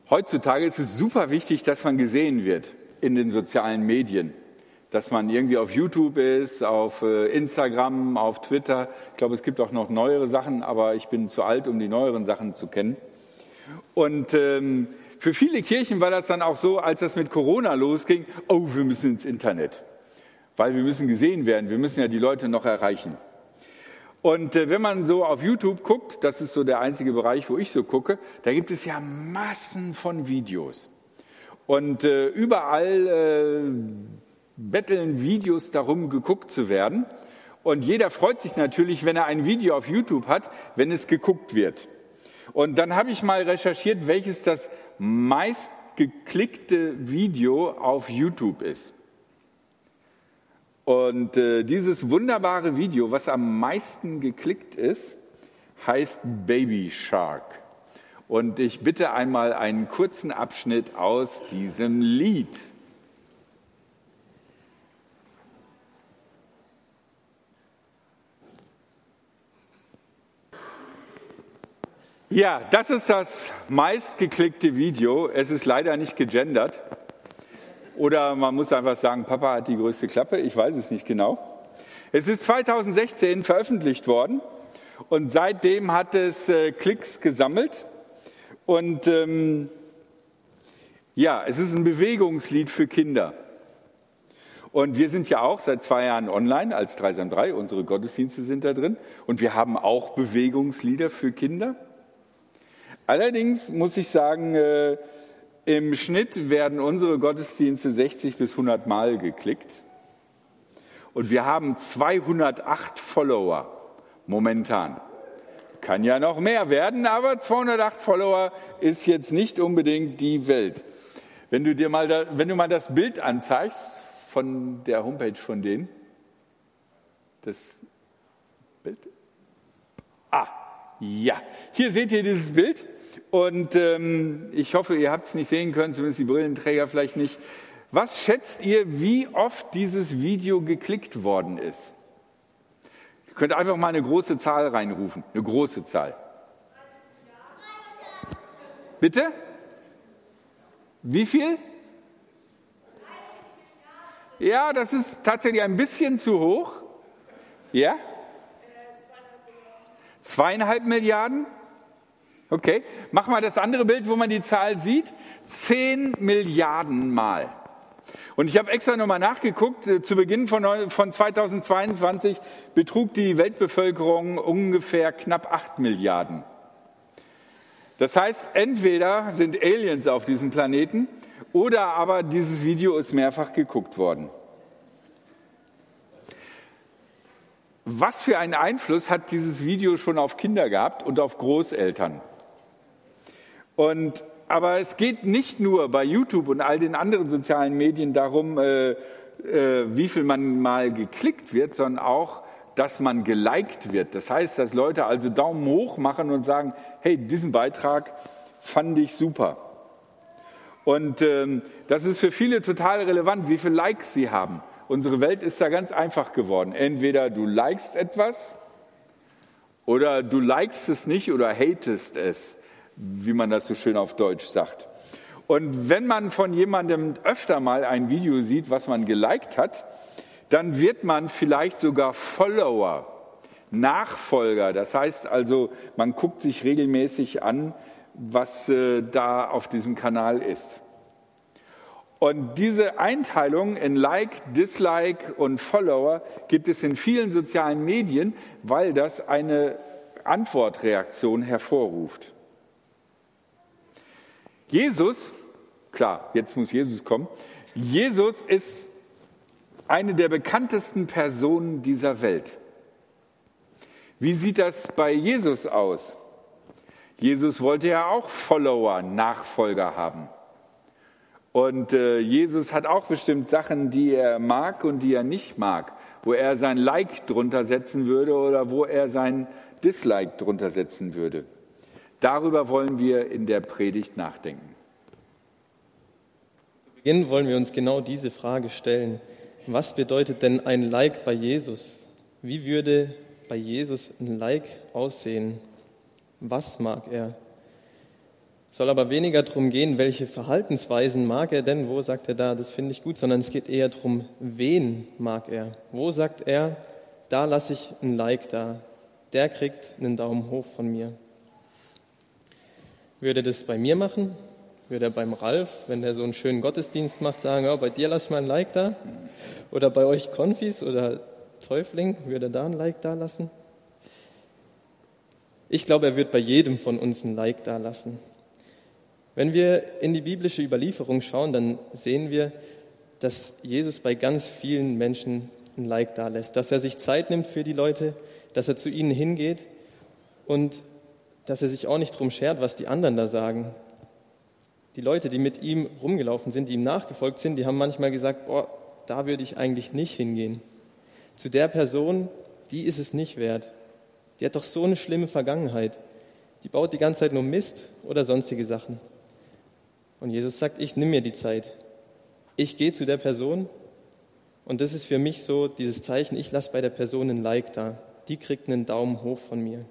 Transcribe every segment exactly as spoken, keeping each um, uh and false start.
Heutzutage ist es super wichtig, dass man gesehen wird in den sozialen Medien. Dass man irgendwie auf YouTube ist, auf Instagram, auf Twitter. Ich glaube, es gibt auch noch neuere Sachen, aber ich bin zu alt, um die neueren Sachen zu kennen. Und ähm, für viele Kirchen war das dann auch so, als das mit Corona losging, oh, wir müssen ins Internet, weil wir müssen gesehen werden, wir müssen ja die Leute noch erreichen. Und äh, wenn man so auf YouTube guckt, das ist so der einzige Bereich, wo ich so gucke, da gibt es ja Massen von Videos. Und äh, überall äh, betteln Videos darum, geguckt zu werden. Und jeder freut sich natürlich, wenn er ein Video auf YouTube hat, wenn es geguckt wird. Und dann habe ich mal recherchiert, welches das meistgeklickte Video auf YouTube ist. Und äh, dieses wunderbare Video, was am meisten geklickt ist, heißt Baby Shark. Und ich bitte einmal einen kurzen Abschnitt aus diesem Lied. Ja, das ist das meistgeklickte Video. Es ist leider nicht gegendert. Oder man muss einfach sagen, Papa hat die größte Klappe. Ich weiß es nicht genau. Es ist zweitausendsechzehn veröffentlicht worden und seitdem hat es äh, Klicks gesammelt. Und ähm, ja, es ist ein Bewegungslied für Kinder. Und wir sind ja auch seit zwei Jahren online als Dreisam drei. Unsere Gottesdienste sind da drin. Und wir haben auch Bewegungslieder für Kinder. Allerdings muss ich sagen, äh, im Schnitt werden unsere Gottesdienste sechzig bis hundert Mal geklickt. Und wir haben zweihundertacht Follower momentan. Kann ja noch mehr werden, aber zweihundertacht Follower ist jetzt nicht unbedingt die Welt. Wenn du dir mal, da, wenn du mal das Bild anzeigst von der Homepage von denen, das Bild, ah, ja, hier seht ihr dieses Bild. Und ähm, ich hoffe, ihr habt es nicht sehen können, zumindest die Brillenträger vielleicht nicht. Was schätzt ihr, wie oft dieses Video geklickt worden ist? Ihr könnt einfach mal eine große Zahl reinrufen, eine große Zahl. Bitte? Wie viel? Ja, das ist tatsächlich ein bisschen zu hoch. Ja? Zweieinhalb Milliarden? Okay, mach mal das andere Bild, wo man die Zahl sieht. Zehn Milliarden Mal. Und ich habe extra nochmal nachgeguckt, zu Beginn von, von zweitausendzweiundzwanzig betrug die Weltbevölkerung ungefähr knapp acht Milliarden. Das heißt, entweder sind Aliens auf diesem Planeten oder aber dieses Video ist mehrfach geguckt worden. Was für einen Einfluss hat dieses Video schon auf Kinder gehabt und auf Großeltern? Und, aber es geht nicht nur bei YouTube und all den anderen sozialen Medien darum, äh, äh, wie viel man mal geklickt wird, sondern auch, dass man geliked wird. Das heißt, dass Leute also Daumen hoch machen und sagen, hey, diesen Beitrag fand ich super. Und ähm, das ist für viele total relevant, wie viele Likes sie haben. Unsere Welt ist da ganz einfach geworden. Entweder du likest etwas oder du likest es nicht oder hatest es, wie man das so schön auf Deutsch sagt. Und wenn man von jemandem öfter mal ein Video sieht, was man geliked hat, dann wird man vielleicht sogar Follower, Nachfolger. Das heißt also, man guckt sich regelmäßig an, was äh, da auf diesem Kanal ist. Und diese Einteilung in Like, Dislike und Follower gibt es in vielen sozialen Medien, weil das eine Antwortreaktion hervorruft. Jesus, klar, jetzt muss Jesus kommen, Jesus ist eine der bekanntesten Personen dieser Welt. Wie sieht das bei Jesus aus? Jesus wollte ja auch Follower, Nachfolger haben. Und äh, Jesus hat auch bestimmt Sachen, die er mag und die er nicht mag, wo er sein Like drunter setzen würde oder wo er sein Dislike drunter setzen würde. Darüber wollen wir in der Predigt nachdenken. Zu Beginn wollen wir uns genau diese Frage stellen. Was bedeutet denn ein Like bei Jesus? Wie würde bei Jesus ein Like aussehen? Was mag er? soll aber weniger darum gehen, welche Verhaltensweisen mag er denn, wo sagt er da, das finde ich gut, sondern es geht eher darum, wen mag er. Wo sagt er, da lasse ich ein Like da, der kriegt einen Daumen hoch von mir. Würde er das bei mir machen? Würde er beim Ralf, wenn der so einen schönen Gottesdienst macht, sagen, oh, bei dir lass mal ein Like da? Oder bei euch Konfis oder Täufling, würde er da ein Like da lassen? Ich glaube, er wird bei jedem von uns ein Like da lassen. Wenn wir in die biblische Überlieferung schauen, dann sehen wir, dass Jesus bei ganz vielen Menschen ein Like da lässt, dass er sich Zeit nimmt für die Leute, dass er zu ihnen hingeht und dass er sich auch nicht drum schert, was die anderen da sagen. Die Leute, die mit ihm rumgelaufen sind, die ihm nachgefolgt sind, die haben manchmal gesagt, boah, da würde ich eigentlich nicht hingehen. Zu der Person, die ist es nicht wert. Die hat doch so eine schlimme Vergangenheit. Die baut die ganze Zeit nur Mist oder sonstige Sachen. Und Jesus sagt, ich nehme mir die Zeit. Ich gehe zu der Person und das ist für mich so dieses Zeichen, ich lasse bei der Person ein Like da. Die kriegt einen Daumen hoch von mir.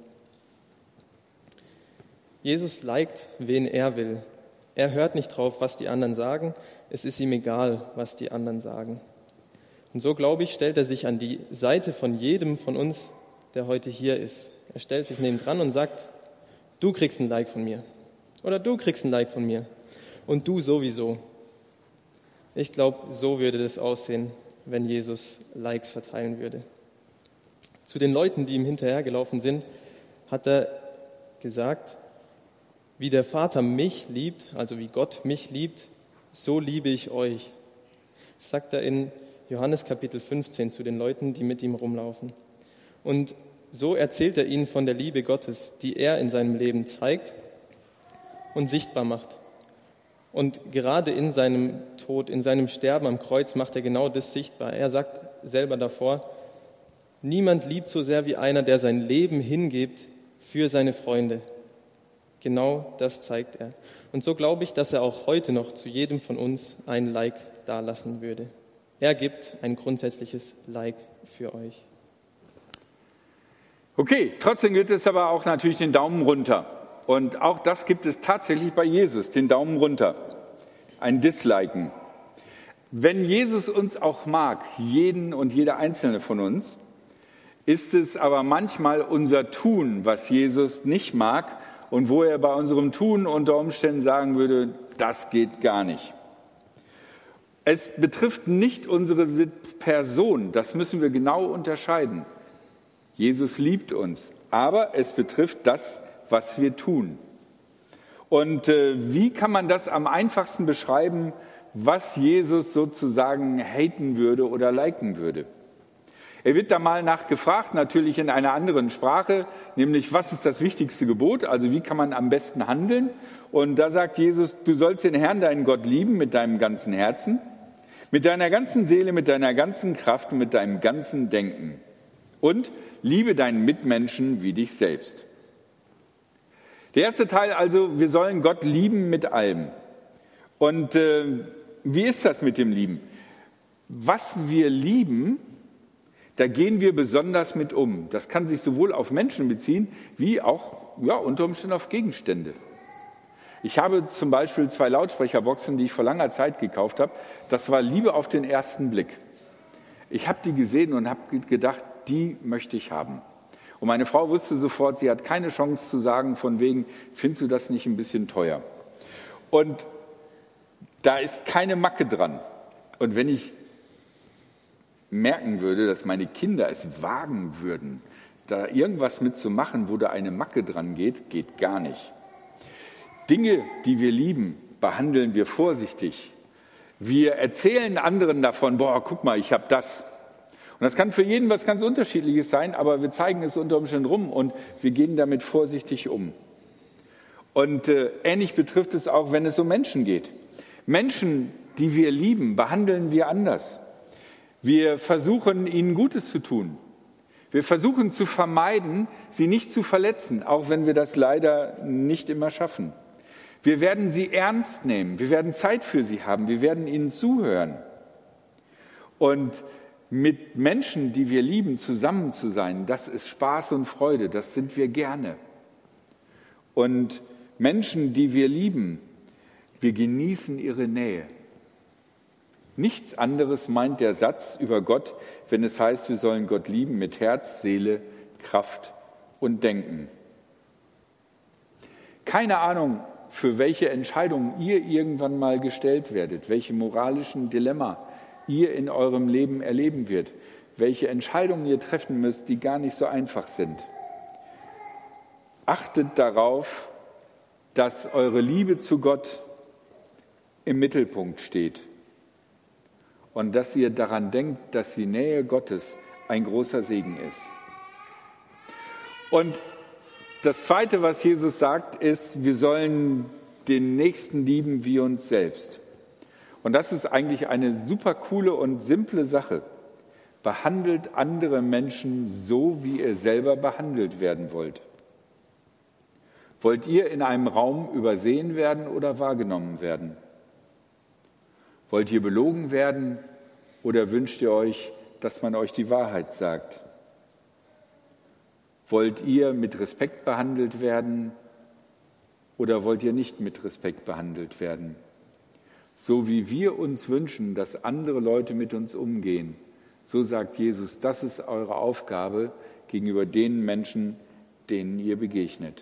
Jesus liked, wen er will. Er hört nicht drauf, was die anderen sagen. Es ist ihm egal, was die anderen sagen. Und so, glaube ich, stellt er sich an die Seite von jedem von uns, der heute hier ist. Er stellt sich neben dran und sagt, du kriegst ein Like von mir. Oder du kriegst ein Like von mir. Und du sowieso. Ich glaube, so würde das aussehen, wenn Jesus Likes verteilen würde. Zu den Leuten, die ihm hinterhergelaufen sind, hat er gesagt, wie der Vater mich liebt, also wie Gott mich liebt, so liebe ich euch. Das sagt er in Johannes Kapitel fünfzehn zu den Leuten, die mit ihm rumlaufen. Und so erzählt er ihnen von der Liebe Gottes, die er in seinem Leben zeigt und sichtbar macht. Und gerade in seinem Tod, in seinem Sterben am Kreuz macht er genau das sichtbar. Er sagt selber davor, niemand liebt so sehr wie einer, der sein Leben hingibt für seine Freunde. Genau das zeigt er. Und so glaube ich, dass er auch heute noch zu jedem von uns ein Like dalassen würde. Er gibt ein grundsätzliches Like für euch. Okay, trotzdem gibt es aber auch natürlich den Daumen runter. Und auch das gibt es tatsächlich bei Jesus, den Daumen runter. Ein Disliken. Wenn Jesus uns auch mag, jeden und jede einzelne von uns, ist es aber manchmal unser Tun, was Jesus nicht mag und wo er bei unserem Tun unter Umständen sagen würde, das geht gar nicht. Es betrifft nicht unsere Person, das müssen wir genau unterscheiden. Jesus liebt uns, aber es betrifft das, was wir tun. Und äh, wie kann man das am einfachsten beschreiben, was Jesus sozusagen haten würde oder liken würde? Er wird da mal nachgefragt, natürlich in einer anderen Sprache, nämlich was ist das wichtigste Gebot, also wie kann man am besten handeln? Und da sagt Jesus, du sollst den Herrn, deinen Gott lieben mit deinem ganzen Herzen, mit deiner ganzen Seele, mit deiner ganzen Kraft und mit deinem ganzen Denken. Und liebe deinen Mitmenschen wie dich selbst. Der erste Teil also, wir sollen Gott lieben mit allem. Und äh, wie ist das mit dem Lieben? Was wir lieben, da gehen wir besonders mit um. Das kann sich sowohl auf Menschen beziehen, wie auch ja, unter Umständen auf Gegenstände. Ich habe zum Beispiel zwei Lautsprecherboxen, die ich vor langer Zeit gekauft habe. Das war Liebe auf den ersten Blick. Ich habe die gesehen und habe gedacht, die möchte ich haben. Und meine Frau wusste sofort, sie hat keine Chance zu sagen, von wegen, findest du das nicht ein bisschen teuer? Und da ist keine Macke dran. Und wenn ich merken würde, dass meine Kinder es wagen würden, da irgendwas mitzumachen, wo da eine Macke dran geht, geht gar nicht. Dinge, die wir lieben, behandeln wir vorsichtig. Wir erzählen anderen davon, boah, guck mal, ich habe das. Und das kann für jeden was ganz Unterschiedliches sein, aber wir zeigen es unter Umständen rum und wir gehen damit vorsichtig um. Und äh, ähnlich betrifft es auch, wenn es um Menschen geht. Menschen, die wir lieben, behandeln wir anders. Wir versuchen, ihnen Gutes zu tun. Wir versuchen zu vermeiden, sie nicht zu verletzen, auch wenn wir das leider nicht immer schaffen. Wir werden sie ernst nehmen, wir werden Zeit für sie haben, wir werden ihnen zuhören. Und mit Menschen, die wir lieben, zusammen zu sein, das ist Spaß und Freude, das sind wir gerne. Und Menschen, die wir lieben, wir genießen ihre Nähe. Nichts anderes meint der Satz über Gott, wenn es heißt, wir sollen Gott lieben mit Herz, Seele, Kraft und Denken. Keine Ahnung, für welche Entscheidungen ihr irgendwann mal gestellt werdet, welche moralischen Dilemma ihr in eurem Leben erleben wird, welche Entscheidungen ihr treffen müsst, die gar nicht so einfach sind. Achtet darauf, dass eure Liebe zu Gott im Mittelpunkt steht und dass ihr daran denkt, dass die Nähe Gottes ein großer Segen ist. Und das Zweite, was Jesus sagt, ist, wir sollen den Nächsten lieben wie uns selbst. Und das ist eigentlich eine super coole und simple Sache. Behandelt andere Menschen so, wie ihr selber behandelt werden wollt. Wollt ihr in einem Raum übersehen werden oder wahrgenommen werden? Wollt ihr belogen werden oder wünscht ihr euch, dass man euch die Wahrheit sagt? Wollt ihr mit Respekt behandelt werden oder wollt ihr nicht mit Respekt behandelt werden? So wie wir uns wünschen, dass andere Leute mit uns umgehen, so sagt Jesus, das ist eure Aufgabe gegenüber den Menschen, denen ihr begegnet.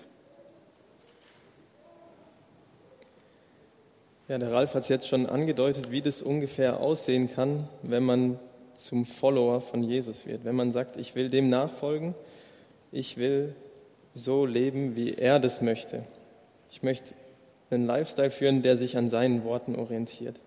Ja, der Ralf hat es jetzt schon angedeutet, wie das ungefähr aussehen kann, wenn man zum Follower von Jesus wird. Wenn man sagt, ich will dem nachfolgen, ich will so leben, wie er das möchte. Ich möchte einen Lifestyle führen, der sich an seinen Worten orientiert.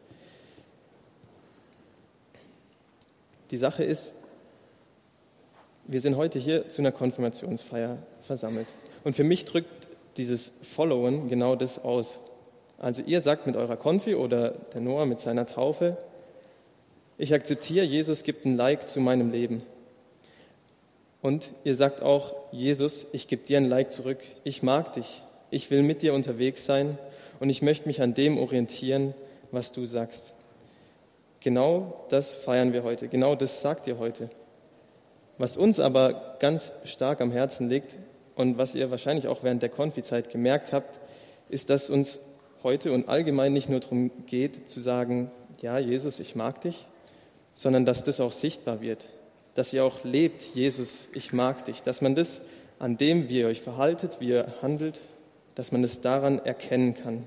Die Sache ist, wir sind heute hier zu einer Konfirmationsfeier versammelt. Und für mich drückt dieses Followen genau das aus. Also ihr sagt mit eurer Konfi oder der Noah mit seiner Taufe, ich akzeptiere, Jesus gibt ein Like zu meinem Leben. Und ihr sagt auch, Jesus, ich gebe dir ein Like zurück. Ich mag dich. Ich will mit dir unterwegs sein und ich möchte mich an dem orientieren, was du sagst. Genau das feiern wir heute. Genau das sagt ihr heute. Was uns aber ganz stark am Herzen liegt und was ihr wahrscheinlich auch während der Konfi-Zeit gemerkt habt, ist, dass uns heute und allgemein nicht nur darum geht, zu sagen, ja, Jesus, ich mag dich, sondern dass das auch sichtbar wird. Dass ihr auch lebt, Jesus, ich mag dich. Dass man das an dem, wie ihr euch verhaltet, wie ihr handelt, dass man das daran erkennen kann.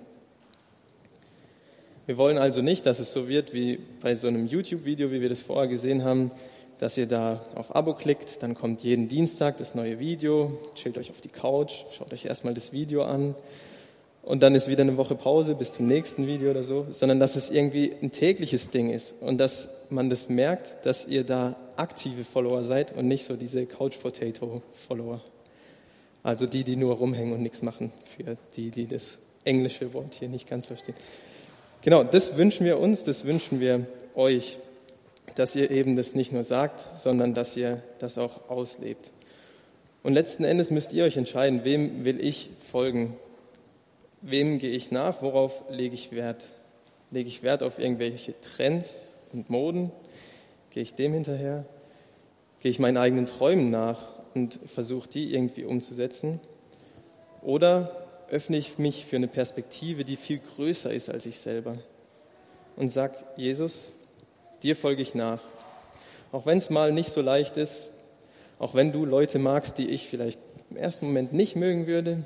Wir wollen also nicht, dass es so wird wie bei so einem YouTube-Video, wie wir das vorher gesehen haben, dass ihr da auf Abo klickt, dann kommt jeden Dienstag das neue Video, chillt euch auf die Couch, schaut euch erstmal das Video an und dann ist wieder eine Woche Pause bis zum nächsten Video oder so, sondern dass es irgendwie ein tägliches Ding ist und dass man das merkt, dass ihr da aktive Follower seid und nicht so diese Couch-Potato-Follower. Also die, die nur rumhängen und nichts machen, für die, die das englische Wort hier nicht ganz verstehen. Genau, das wünschen wir uns, das wünschen wir euch, dass ihr eben das nicht nur sagt, sondern dass ihr das auch auslebt. Und letzten Endes müsst ihr euch entscheiden, wem will ich folgen? Wem gehe ich nach? Worauf lege ich Wert? Lege ich Wert auf irgendwelche Trends und Moden? Gehe ich dem hinterher? Gehe ich meinen eigenen Träumen nach und versuche die irgendwie umzusetzen? Oder öffne ich mich für eine Perspektive, die viel größer ist als ich selber und sage, Jesus, dir folge ich nach. Auch wenn es mal nicht so leicht ist, auch wenn du Leute magst, die ich vielleicht im ersten Moment nicht mögen würde,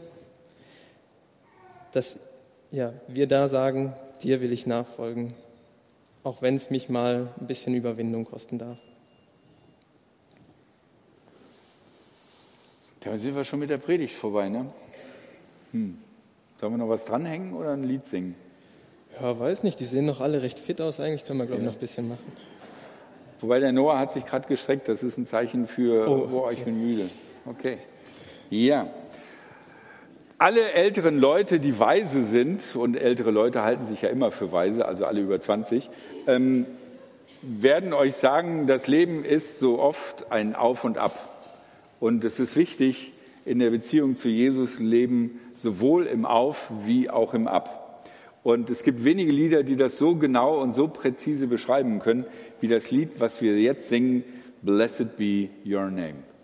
dass ja, wir da sagen, dir will ich nachfolgen, auch wenn es mich mal ein bisschen Überwindung kosten darf. Dann sind wir schon mit der Predigt vorbei, ne? Hm. Sollen wir noch was dranhängen oder ein Lied singen? Ja, weiß nicht, die sehen noch alle recht fit aus. Eigentlich können wir, glaube ich, noch ein bisschen machen. Wobei der Noah hat sich gerade geschreckt. Das ist ein Zeichen für, oh, boah, ich bin müde. Okay. Ja. Alle älteren Leute, die weise sind, und ältere Leute halten sich ja immer für weise, also alle über zwanzig, ähm, werden euch sagen, das Leben ist so oft ein Auf und Ab. Und es ist wichtig, in der Beziehung zu Jesus leben, sowohl im Auf wie auch im Ab. Und es gibt wenige Lieder, die das so genau und so präzise beschreiben können, wie das Lied, was wir jetzt singen, Blessed be your name.